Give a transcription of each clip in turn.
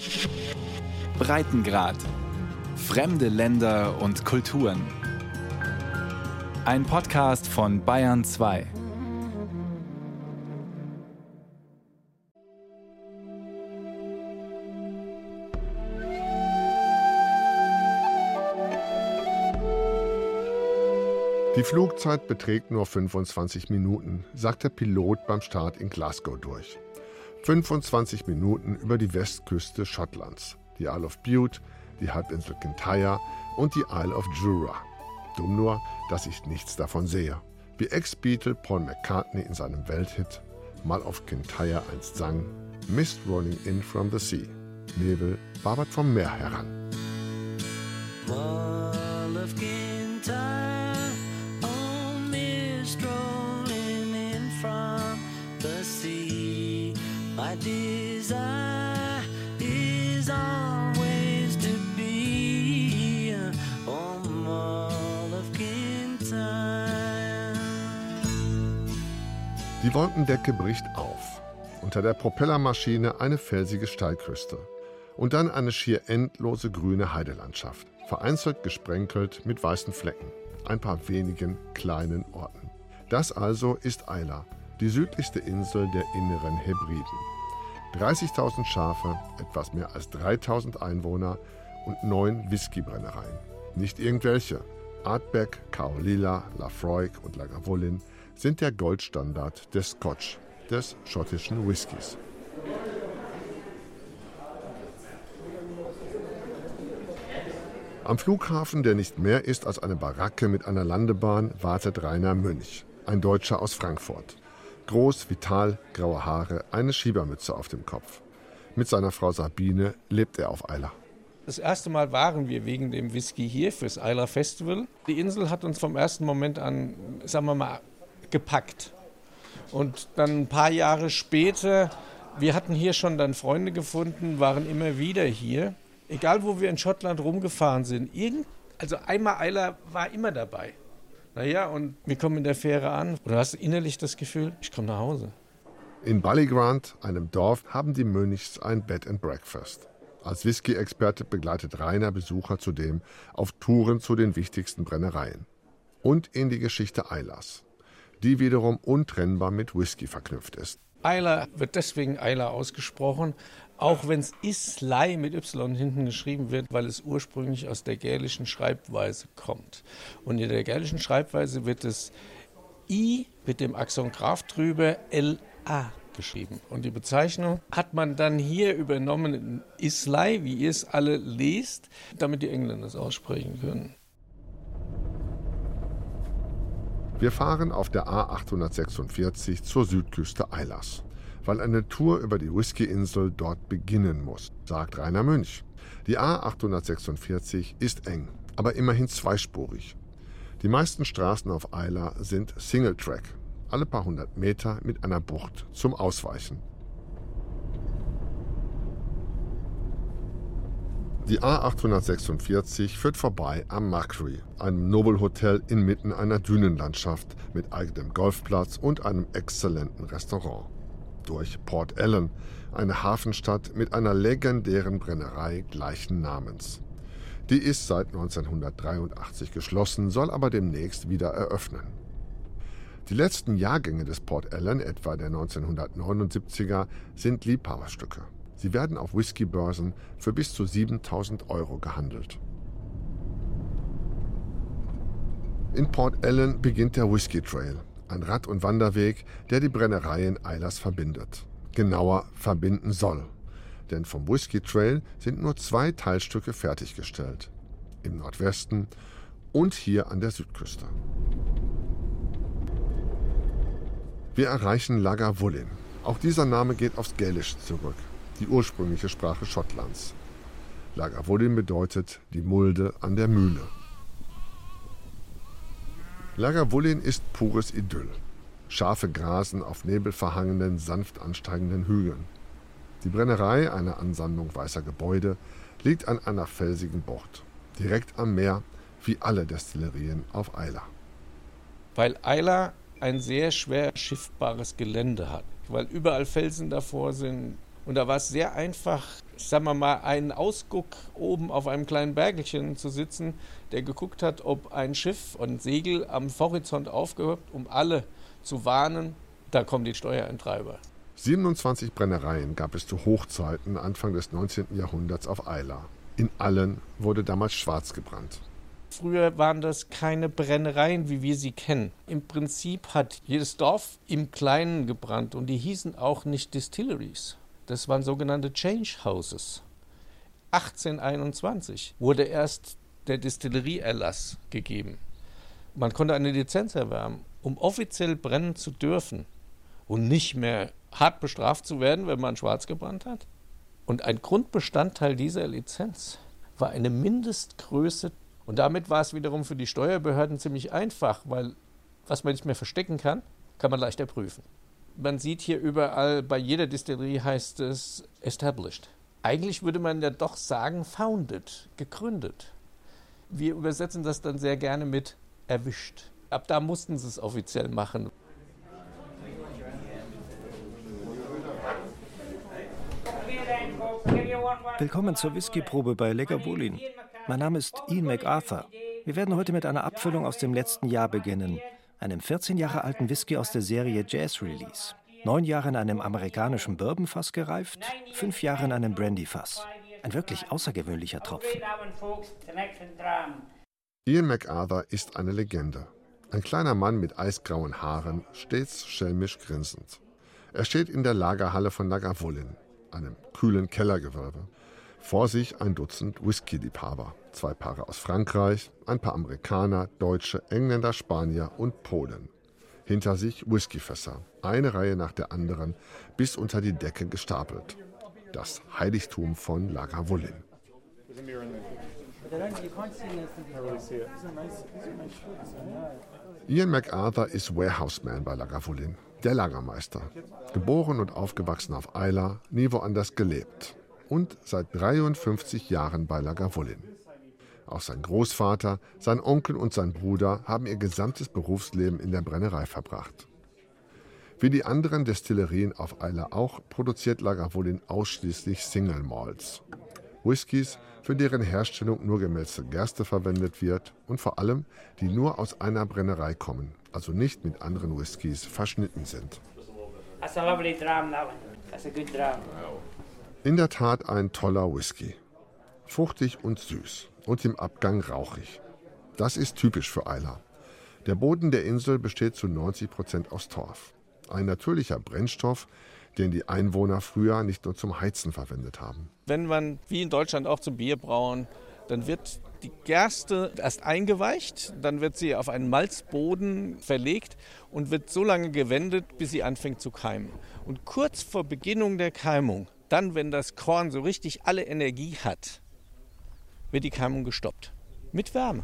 Breitengrad. Fremde Länder und Kulturen. Ein Podcast von Bayern 2. Die Flugzeit beträgt nur 25 Minuten, sagt der Pilot beim Start in Glasgow durch. 25 Minuten über die Westküste Schottlands, die Isle of Bute, die Halbinsel Kintyre und die Isle of Jura. Dumm nur, dass ich nichts davon sehe. Wie Ex-Beatle Paul McCartney in seinem Welthit mal auf Kintyre einst sang: Mist rolling in from the sea. Nebel wabert vom Meer heran. Wall of Kintyre, oh mist rolling in from the sea. My desire is always to be on Wall of Kintyre. Die Wolkendecke bricht auf. Unter der Propellermaschine eine felsige Steilküste. Und dann eine schier endlose grüne Heidelandschaft, vereinzelt gesprenkelt mit weißen Flecken, ein paar wenigen kleinen Orten. Das also ist Islay, die südlichste Insel der Inneren Hebriden. 30.000 Schafe, etwas mehr als 3.000 Einwohner und 9 Whiskybrennereien. Nicht irgendwelche. Ardbeg, Caolila, Laphroaig und Lagavulin sind der Goldstandard des Scotch, des schottischen Whiskys. Am Flughafen, der nicht mehr ist als eine Baracke mit einer Landebahn, wartet Rainer Münch, ein Deutscher aus Frankfurt. Groß, vital, graue Haare, eine Schiebermütze auf dem Kopf. Mit seiner Frau Sabine lebt er auf Islay. Das erste Mal waren wir wegen dem Whisky hier fürs Islay Festival. Die Insel hat uns vom ersten Moment an, sagen wir mal, gepackt. Und dann ein paar Jahre später, wir hatten hier schon dann Freunde gefunden, waren immer wieder hier. Egal, wo wir in Schottland rumgefahren sind, also einmal Islay war immer dabei. Naja, und wir kommen in der Fähre an und du hast innerlich das Gefühl, ich komme nach Hause. In Ballygrant, einem Dorf, haben die Münchs ein Bed and Breakfast. Als Whisky-Experte begleitet Rainer Besucher zudem auf Touren zu den wichtigsten Brennereien. Und in die Geschichte Isleys, die wiederum untrennbar mit Whisky verknüpft ist. Islay wird deswegen Islay ausgesprochen, auch wenn es Islay mit Y hinten geschrieben wird, weil es ursprünglich aus der gälischen Schreibweise kommt. Und in der gälischen Schreibweise wird es I mit dem Akzent Graf drüber L-A geschrieben. Und die Bezeichnung hat man dann hier übernommen in Islay, wie ihr es alle lest, damit die Engländer es aussprechen können. Wir fahren auf der A846 zur Südküste Isleys, weil eine Tour über die Whisky-Insel dort beginnen muss, sagt Rainer Münch. Die A846 ist eng, aber immerhin zweispurig. Die meisten Straßen auf Islay sind Single-Track, alle paar hundert Meter mit einer Bucht zum Ausweichen. Die A846 führt vorbei am Macquarie, einem Nobelhotel inmitten einer Dünenlandschaft mit eigenem Golfplatz und einem exzellenten Restaurant. Durch Port Ellen, eine Hafenstadt mit einer legendären Brennerei gleichen Namens. Die ist seit 1983 geschlossen, soll aber demnächst wieder eröffnen. Die letzten Jahrgänge des Port Ellen, etwa der 1979er, sind Liebhaberstücke. Sie werden auf Whiskybörsen für bis zu 7.000 € gehandelt. In Port Ellen beginnt der Whisky Trail, ein Rad- und Wanderweg, der die Brennereien Isleys verbindet. Genauer verbinden soll. Denn vom Whisky Trail sind nur 2 Teilstücke fertiggestellt. Im Nordwesten und hier an der Südküste. Wir erreichen Lagavulin. Auch dieser Name geht aufs Gälische zurück, die ursprüngliche Sprache Schottlands. Lagavulin bedeutet die Mulde an der Mühle. Lagavulin ist pures Idyll. Schafe grasen auf nebelverhangenen, sanft ansteigenden Hügeln. Die Brennerei, eine Ansammlung weißer Gebäude, liegt an einer felsigen Bucht, direkt am Meer, wie alle Destillerien auf Islay. Weil Islay ein sehr schwer schiffbares Gelände hat, weil überall Felsen davor sind, Und da war es sehr einfach, sagen wir mal, einen Ausguck oben auf einem kleinen Bergelchen zu sitzen, der geguckt hat, ob ein Schiff und Segel am Horizont aufgehört, um alle zu warnen, da kommen die Steuereintreiber. 27 Brennereien gab es zu Hochzeiten Anfang des 19. Jahrhunderts auf Eila. In allen wurde damals schwarz gebrannt. Früher waren das keine Brennereien, wie wir sie kennen. Im Prinzip hat jedes Dorf im Kleinen gebrannt und die hießen auch nicht Distilleries. Das waren sogenannte Change Houses. 1821 wurde erst der Distillerieerlass gegeben. Man konnte eine Lizenz erwerben, um offiziell brennen zu dürfen und nicht mehr hart bestraft zu werden, wenn man schwarz gebrannt hat. Und ein Grundbestandteil dieser Lizenz war eine Mindestgröße. Und damit war es wiederum für die Steuerbehörden ziemlich einfach, weil was man nicht mehr verstecken kann, kann man leichter prüfen. Man sieht hier überall, bei jeder Distillerie heißt es established. Eigentlich würde man ja doch sagen founded, gegründet. Wir übersetzen das dann sehr gerne mit erwischt. Ab da mussten sie es offiziell machen. Willkommen zur Whiskyprobe bei Lagavulin. Mein Name ist Ian MacArthur. Wir werden heute mit einer Abfüllung aus dem letzten Jahr beginnen. Einem 14 Jahre alten Whisky aus der Serie Jazz Release. 9 Jahre in einem amerikanischen Bourbonfass gereift, 5 Jahre in einem Brandyfass. Ein wirklich außergewöhnlicher Tropfen. Ian MacArthur ist eine Legende. Ein kleiner Mann mit eisgrauen Haaren, stets schelmisch grinsend. Er steht in der Lagerhalle von Lagavulin, einem kühlen Kellergewölbe. Vor sich ein Dutzend Whisky-Liebhaber. 2 Paare aus Frankreich, ein paar Amerikaner, Deutsche, Engländer, Spanier und Polen. Hinter sich Whiskyfässer, eine Reihe nach der anderen, bis unter die Decke gestapelt. Das Heiligtum von Lagavulin. Ian MacArthur ist Warehouseman bei Lagavulin, der Lagermeister. Geboren und aufgewachsen auf Eila, nie woanders gelebt. Und seit 53 Jahren bei Lagavulin. Auch sein Großvater, sein Onkel und sein Bruder haben ihr gesamtes Berufsleben in der Brennerei verbracht. Wie die anderen Destillerien auf Eila auch, produziert Lagavulin ausschließlich Single Malts. Whiskys, für deren Herstellung nur gemälzte Gerste verwendet wird und vor allem, die nur aus einer Brennerei kommen, also nicht mit anderen Whiskys verschnitten sind. That's a lovely dram, that one. That's a good dram. In der Tat ein toller Whisky. Fruchtig und süß und im Abgang rauchig. Das ist typisch für Eila. Der Boden der Insel besteht zu 90% aus Torf. Ein natürlicher Brennstoff, den die Einwohner früher nicht nur zum Heizen verwendet haben. Wenn man, wie in Deutschland auch zum Bierbrauen, dann wird die Gerste erst eingeweicht, dann wird sie auf einen Malzboden verlegt und wird so lange gewendet, bis sie anfängt zu keimen. Und kurz vor Beginnung der Keimung, dann, wenn das Korn so richtig alle Energie hat, wird die Keimung gestoppt. Mit Wärme.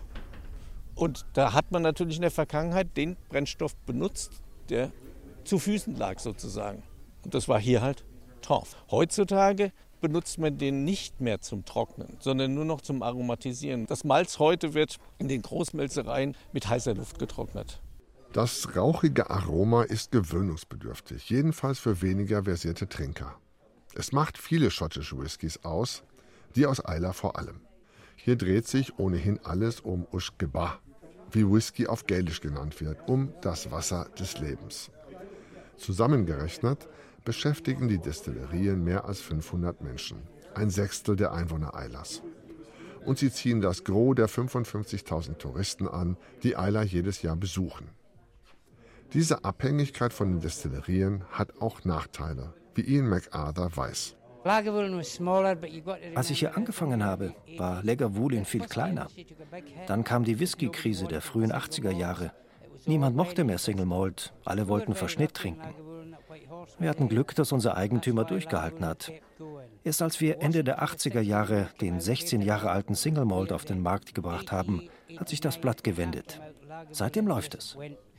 Und da hat man natürlich in der Vergangenheit den Brennstoff benutzt, der zu Füßen lag sozusagen. Und das war hier halt Torf. Heutzutage benutzt man den nicht mehr zum Trocknen, sondern nur noch zum Aromatisieren. Das Malz heute wird in den Großmälzereien mit heißer Luft getrocknet. Das rauchige Aroma ist gewöhnungsbedürftig, jedenfalls für weniger versierte Trinker. Es macht viele schottische Whiskys aus, die aus Eila vor allem. Hier dreht sich ohnehin alles um Ushgeba, wie Whisky auf Gälisch genannt wird, um das Wasser des Lebens. Zusammengerechnet beschäftigen die Destillerien mehr als 500 Menschen, ein Sechstel der Einwohner Eilas. Und sie ziehen das Gros der 55.000 Touristen an, die Eila jedes Jahr besuchen. Diese Abhängigkeit von den Destillerien hat auch Nachteile, wie Ian MacArthur weiß. Als ich hier angefangen habe, war Lagavulin viel kleiner. Dann kam die Whisky-Krise der frühen 80er Jahre. Niemand mochte mehr Single Malt, alle wollten Verschnitt trinken. Wir hatten Glück, dass unser Eigentümer durchgehalten hat. Erst als wir Ende der 80er Jahre den 16 Jahre alten Single Malt auf den Markt gebracht haben, hat sich das Blatt gewendet. Seitdem läuft es.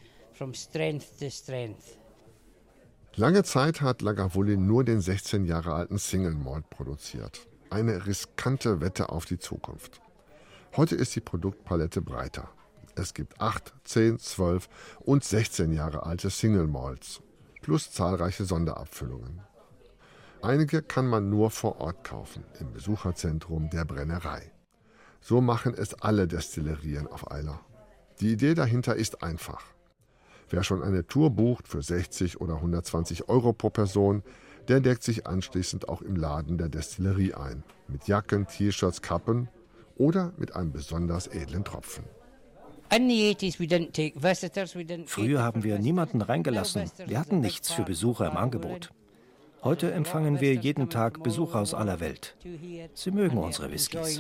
Lange Zeit hat Lagavulin nur den 16 Jahre alten Single Malt produziert. Eine riskante Wette auf die Zukunft. Heute ist die Produktpalette breiter. Es gibt 8, 10, 12 und 16 Jahre alte Single Malts, plus zahlreiche Sonderabfüllungen. Einige kann man nur vor Ort kaufen, im Besucherzentrum der Brennerei. So machen es alle Destillerien auf Islay. Die Idee dahinter ist einfach. Wer schon eine Tour bucht für 60 oder 120 Euro pro Person, der deckt sich anschließend auch im Laden der Destillerie ein. Mit Jacken, T-Shirts, Kappen oder mit einem besonders edlen Tropfen. Früher haben wir niemanden reingelassen. Wir hatten nichts für Besucher im Angebot. Heute empfangen wir jeden Tag Besucher aus aller Welt. Sie mögen unsere Whiskys.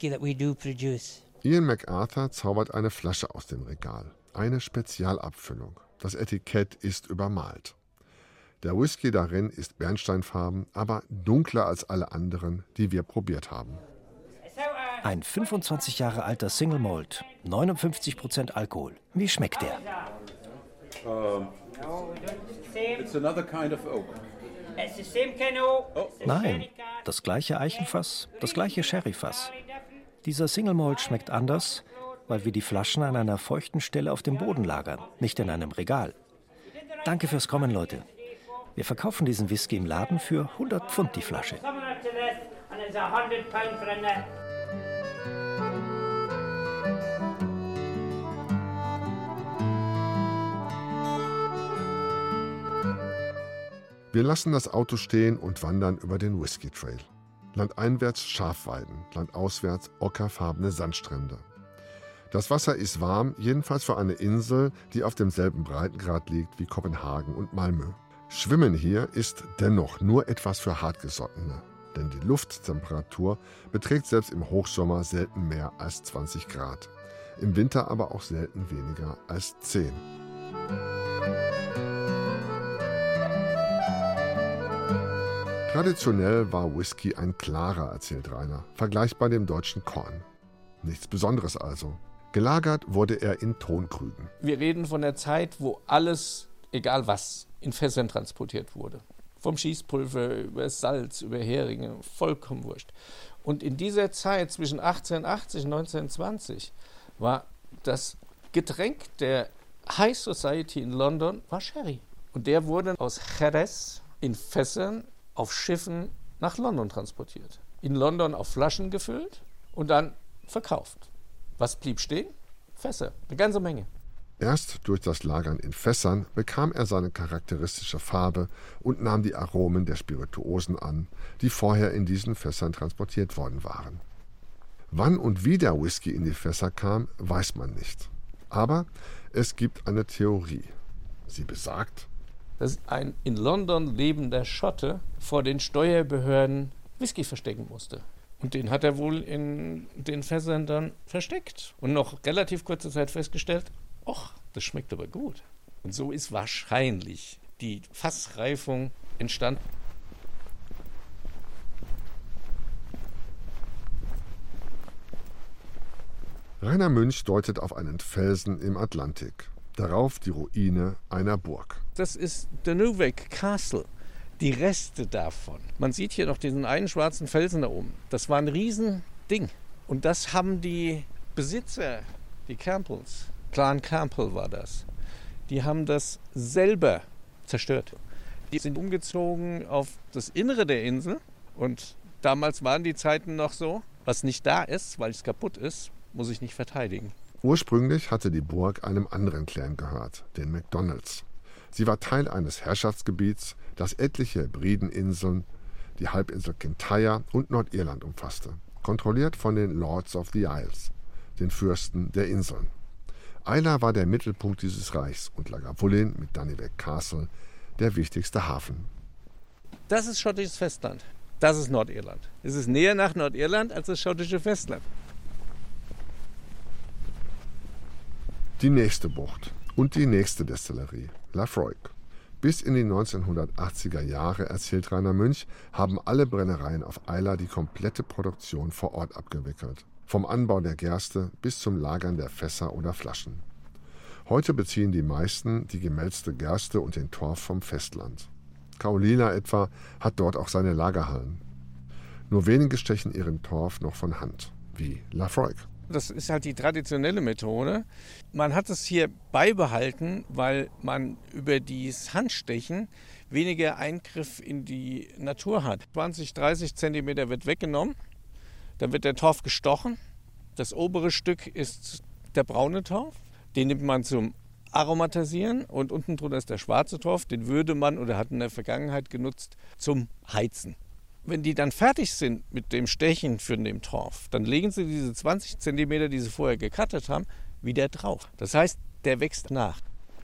Ian MacArthur zaubert eine Flasche aus dem Regal. Eine Spezialabfüllung. Das Etikett ist übermalt. Der Whisky darin ist bernsteinfarben, aber dunkler als alle anderen, die wir probiert haben. Ein 25 Jahre alter Single Malt, 59% Alkohol. Wie schmeckt der? It's another kind of oak. Nein, das gleiche Eichenfass, das gleiche Sherryfass. Dieser Single Malt schmeckt anders, weil wir die Flaschen an einer feuchten Stelle auf dem Boden lagern, nicht in einem Regal. Danke fürs Kommen, Leute. Wir verkaufen diesen Whisky im Laden für 100 Pfund die Flasche. Wir lassen das Auto stehen und wandern über den Whisky Trail. Landeinwärts Schafweiden, landauswärts ockerfarbene Sandstrände. Das Wasser ist warm, jedenfalls für eine Insel, die auf demselben Breitengrad liegt wie Kopenhagen und Malmö. Schwimmen hier ist dennoch nur etwas für Hartgesottene, denn die Lufttemperatur beträgt selbst im Hochsommer selten mehr als 20 Grad, im Winter aber auch selten weniger als 10. Traditionell war Whisky ein klarer, erzählt Rainer, vergleichbar dem deutschen Korn. Nichts Besonderes also. Gelagert wurde er in Tonkrügen. Wir reden von der Zeit, wo alles, egal was, in Fässern transportiert wurde. Vom Schießpulver über Salz, über Heringe, vollkommen wurscht. Und in dieser Zeit zwischen 1880 und 1920 war das Getränk der High Society in London war Sherry. Und der wurde aus Jerez in Fässern auf Schiffen nach London transportiert. In London auf Flaschen gefüllt und dann verkauft. Was blieb stehen? Fässer, eine ganze Menge. Erst durch das Lagern in Fässern bekam er seine charakteristische Farbe und nahm die Aromen der Spirituosen an, die vorher in diesen Fässern transportiert worden waren. Wann und wie der Whisky in die Fässer kam, weiß man nicht. Aber es gibt eine Theorie. Sie besagt, dass ein in London lebender Schotte vor den Steuerbehörden Whisky verstecken musste. Und den hat er wohl in den Fässern dann versteckt. Und noch relativ kurze Zeit festgestellt, ach, das schmeckt aber gut. Und so ist wahrscheinlich die Fassreifung entstanden. Rainer Münch deutet auf einen Felsen im Atlantik. Darauf die Ruine einer Burg. Das ist der Newwick Castle. Die Reste davon. Man sieht hier noch diesen einen schwarzen Felsen da oben. Das war ein Riesending. Und das haben die Besitzer, die Campbells, Clan Campbell war das, die haben das selber zerstört. Die sind umgezogen auf das Innere der Insel. Und damals waren die Zeiten noch so, was nicht da ist, weil es kaputt ist, muss ich nicht verteidigen. Ursprünglich hatte die Burg einem anderen Clan gehört, den MacDonalds. Sie war Teil eines Herrschaftsgebiets, das etliche Hebrideninseln, die Halbinsel Kintyre und Nordirland umfasste, kontrolliert von den Lords of the Isles, den Fürsten der Inseln. Islay war der Mittelpunkt dieses Reichs und Lagavulin mit Dunipace Castle der wichtigste Hafen. Das ist schottisches Festland. Das ist Nordirland. Es ist näher nach Nordirland als das schottische Festland. Die nächste Bucht und die nächste Destillerie, Laphroaig. Bis in die 1980er Jahre, erzählt Rainer Münch, haben alle Brennereien auf Islay die komplette Produktion vor Ort abgewickelt. Vom Anbau der Gerste bis zum Lagern der Fässer oder Flaschen. Heute beziehen die meisten die gemälzte Gerste und den Torf vom Festland. Caolina etwa hat dort auch seine Lagerhallen. Nur wenige stechen ihren Torf noch von Hand, wie Laphroaig. Das ist halt die traditionelle Methode. Man hat es hier beibehalten, weil man über dieses Handstechen weniger Eingriff in die Natur hat. 20, 30 Zentimeter wird weggenommen, dann wird der Torf gestochen. Das obere Stück ist der braune Torf, den nimmt man zum Aromatisieren und unten drunter ist der schwarze Torf, den würde man oder hat in der Vergangenheit genutzt zum Heizen. Wenn die dann fertig sind mit dem Stechen für den Torf, dann legen sie diese 20 Zentimeter, die sie vorher gekattet haben, wieder drauf. Das heißt, der wächst nach.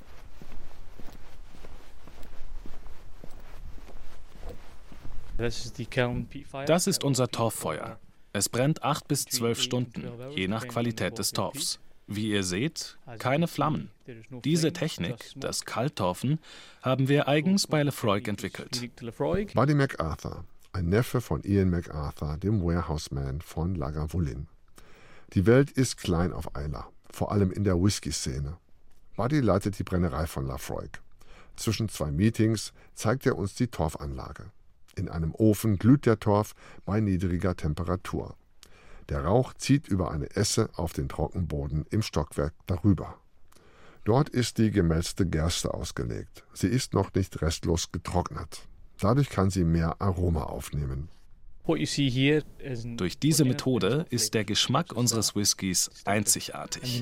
Das ist unser Torffeuer. Es brennt 8 bis 12 Stunden, je nach Qualität des Torfs. Wie ihr seht, keine Flammen. Diese Technik, das Kalttorfen, haben wir eigens bei Lefroy entwickelt. Buddy MacArthur, ein Neffe von Ian MacArthur, dem Warehouseman von Lagavulin. Die Welt ist klein auf Islay, vor allem in der Whisky-Szene. Buddy leitet die Brennerei von Lefroy. Zwischen 2 Meetings zeigt er uns die Torfanlage. In einem Ofen glüht der Torf bei niedriger Temperatur. Der Rauch zieht über eine Esse auf den Trockenboden im Stockwerk darüber. Dort ist die gemälzte Gerste ausgelegt. Sie ist noch nicht restlos getrocknet. Dadurch kann sie mehr Aroma aufnehmen. Durch diese Methode ist der Geschmack unseres Whiskys einzigartig.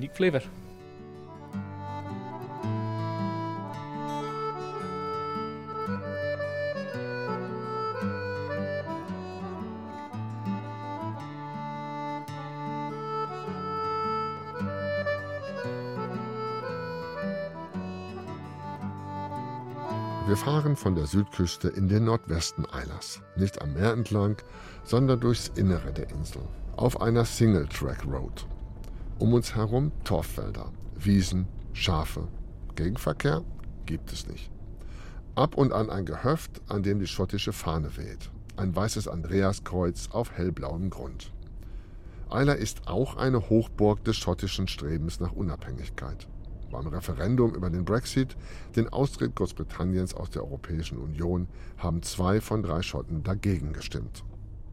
Wir fahren von der Südküste in den Nordwesten Islas, nicht am Meer entlang, sondern durchs Innere der Insel, auf einer Single-Track-Road. Um uns herum Torffelder, Wiesen, Schafe. Gegenverkehr gibt es nicht. Ab und an ein Gehöft, an dem die schottische Fahne weht. Ein weißes Andreaskreuz auf hellblauem Grund. Islay ist auch eine Hochburg des schottischen Strebens nach Unabhängigkeit. Beim Referendum über den Brexit, den Austritt Großbritanniens aus der Europäischen Union, haben 2 von 3 Schotten dagegen gestimmt.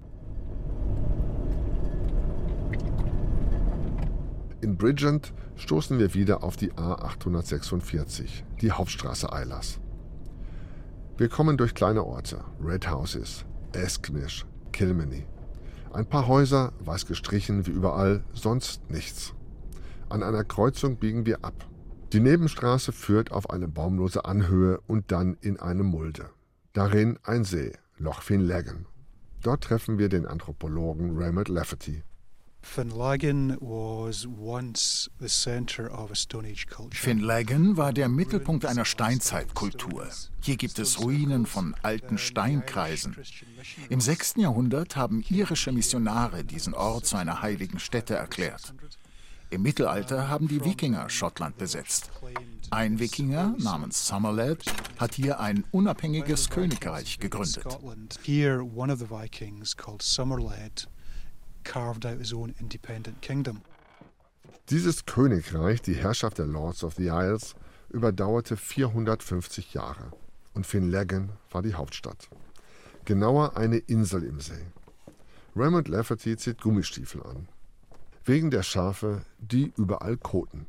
In Bridgend stoßen wir wieder auf die A846, die Hauptstraße Islas. Wir kommen durch kleine Orte, Red Houses, Esknish, Kilmeny. Ein paar Häuser, weiß gestrichen wie überall, sonst nichts. An einer Kreuzung biegen wir ab. Die Nebenstraße führt auf eine baumlose Anhöhe und dann in eine Mulde. Darin ein See, Loch Finlaggan. Dort treffen wir den Anthropologen Raymond Lafferty. Finlaggan war der Mittelpunkt einer Steinzeitkultur. Hier gibt es Ruinen von alten Steinkreisen. Im 6. Jahrhundert haben irische Missionare diesen Ort zu einer heiligen Stätte erklärt. Im Mittelalter haben die Wikinger Schottland besetzt. Ein Wikinger namens Somerled hat hier ein unabhängiges Königreich gegründet. Here, one of the Vikings called Somerled carved out his own independent kingdom. Dieses Königreich, die Herrschaft der Lords of the Isles, überdauerte 450 Jahre und Finlaggan war die Hauptstadt. Genauer eine Insel im See. Raymond Lafferty zieht Gummistiefel an. Wegen der Schafe, die überall koten.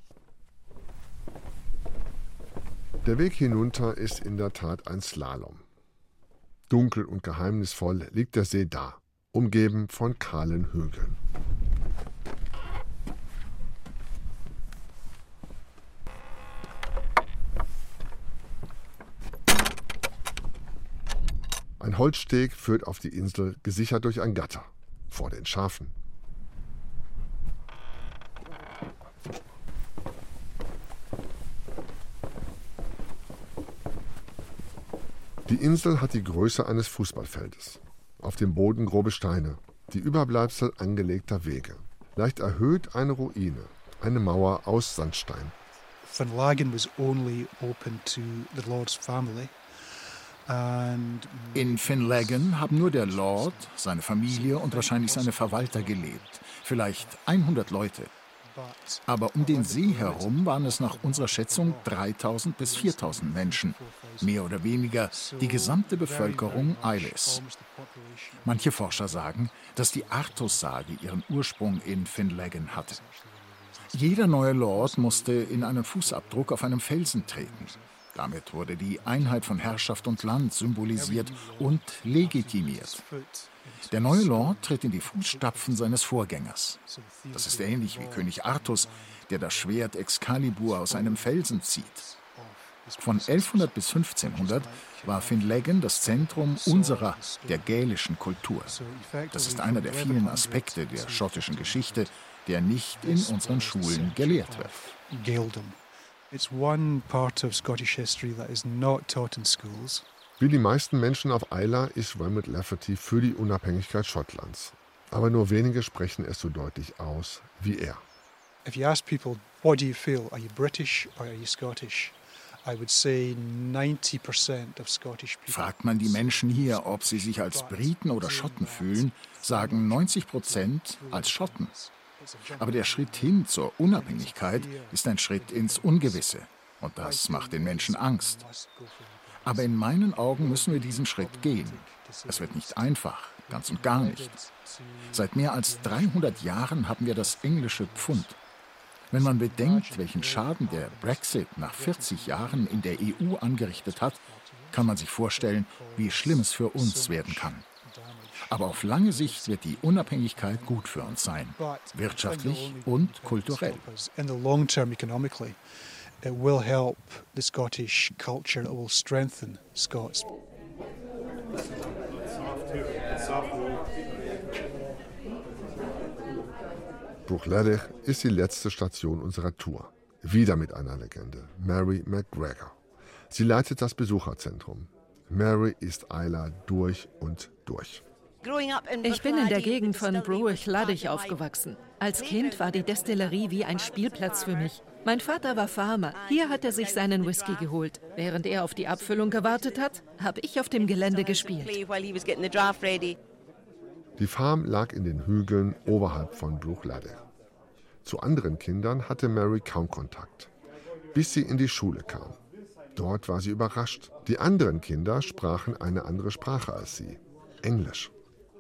Der Weg hinunter ist in der Tat ein Slalom. Dunkel und geheimnisvoll liegt der See da, umgeben von kahlen Hügeln. Ein Holzsteg führt auf die Insel, gesichert durch ein Gatter, vor den Schafen. Die Insel hat die Größe eines Fußballfeldes. Auf dem Boden grobe Steine, die Überbleibsel angelegter Wege. Leicht erhöht eine Ruine, eine Mauer aus Sandstein. Finlaggan was only open to the Lord's family. In Finlaggan haben nur der Lord, seine Familie und wahrscheinlich seine Verwalter gelebt. Vielleicht 100 Leute. Aber um den See herum waren es nach unserer Schätzung 3.000 bis 4.000 Menschen, mehr oder weniger die gesamte Bevölkerung Isles. Manche Forscher sagen, dass die Artus-Sage ihren Ursprung in Finlaggan hatte. Jeder neue Lord musste in einen Fußabdruck auf einem Felsen treten. Damit wurde die Einheit von Herrschaft und Land symbolisiert und legitimiert. Der neue Lord tritt in die Fußstapfen seines Vorgängers. Das ist ähnlich wie König Artus, der das Schwert Excalibur aus einem Felsen zieht. Von 1100 bis 1500 war Finlaggan das Zentrum unserer, der gälischen Kultur. Das ist einer der vielen Aspekte der schottischen Geschichte, der nicht in unseren Schulen gelehrt wird. It's one part of Scottish history that is not taught in schools. Wie die meisten Menschen auf Islay ist Wilmot Lafferty für die Unabhängigkeit Schottlands. Aber nur wenige sprechen es so deutlich aus wie er. If you ask people, what do you feel? Are you British or are you Scottish? I would say 90% of Scottish people. Fragt man die Menschen hier, ob sie sich als Briten oder Schotten fühlen, sagen 90% als Schotten. Aber der Schritt hin zur Unabhängigkeit ist ein Schritt ins Ungewisse. Und das macht den Menschen Angst. Aber in meinen Augen müssen wir diesen Schritt gehen. Es wird nicht einfach, ganz und gar nicht. Seit mehr als 300 Jahren haben wir das englische Pfund. Wenn man bedenkt, welchen Schaden der Brexit nach 40 Jahren in der EU angerichtet hat, kann man sich vorstellen, wie schlimm es für uns werden kann. Aber auf lange Sicht wird die Unabhängigkeit gut für uns sein, wirtschaftlich und kulturell. In the long term economically, it will help the Scottish culture, it will strengthen Scots. Bruichladdich ist die letzte Station unserer Tour. Wieder mit einer Legende, Mary McGregor. Sie leitet das Besucherzentrum. Mary ist Islay durch und durch. Ich bin in der Gegend von Bruichladdich aufgewachsen. Als Kind war die Destillerie wie ein Spielplatz für mich. Mein Vater war Farmer. Hier hat er sich seinen Whisky geholt. Während er auf die Abfüllung gewartet hat, habe ich auf dem Gelände gespielt. Die Farm lag in den Hügeln oberhalb von Bruichladdich. Zu anderen Kindern hatte Mary kaum Kontakt, bis sie in die Schule kam. Dort war sie überrascht. Die anderen Kinder sprachen eine andere Sprache als sie, Englisch.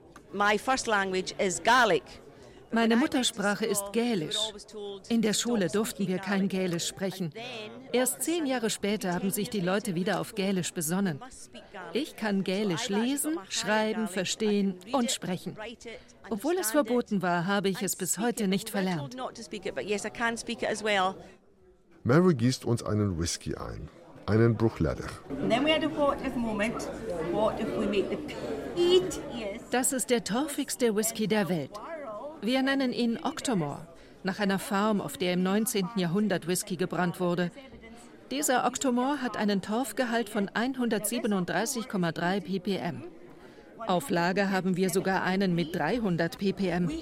Meine Muttersprache ist Gälisch. In der Schule durften wir kein Gälisch sprechen. Erst 10 Jahre später haben sich die Leute wieder auf Gälisch besonnen. Ich kann Gälisch lesen, schreiben, verstehen und sprechen. Obwohl es verboten war, habe ich es bis heute nicht verlernt. Mary gießt uns einen Whisky ein, einen Bruichladdich. Das ist der torfigste Whisky der Welt. Wir nennen ihn Octomore, nach einer Farm, auf der im 19. Jahrhundert Whisky gebrannt wurde. Dieser Octomore hat einen Torfgehalt von 137,3 ppm. Auf Lager haben wir sogar einen mit 300 ppm.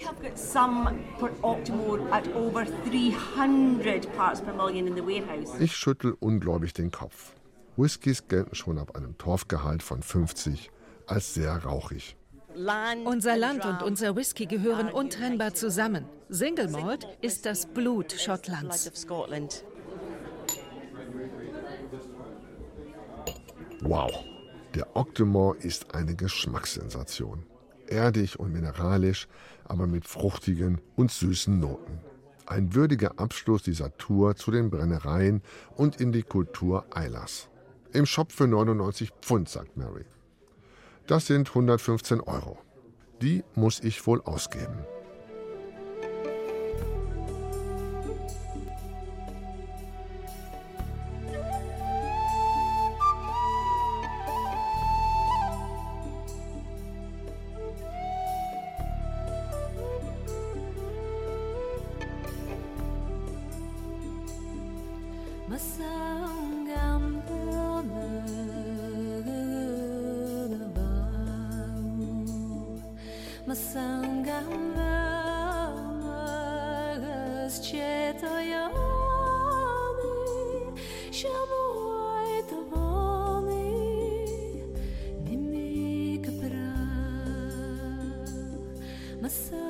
Ich schüttel ungläubig den Kopf. Whiskys gelten schon ab einem Torfgehalt von 50 als sehr rauchig. Unser Land und unser Whisky gehören untrennbar zusammen. Single Malt ist das Blut Schottlands. Wow, der Octomore ist eine Geschmackssensation. Erdig und mineralisch, aber mit fruchtigen und süßen Noten. Ein würdiger Abschluss dieser Tour zu den Brennereien und in die Kultur Islas. Im Shop für 99 Pfund, sagt Mary. Das sind 115 €. Die muss ich wohl ausgeben. Masa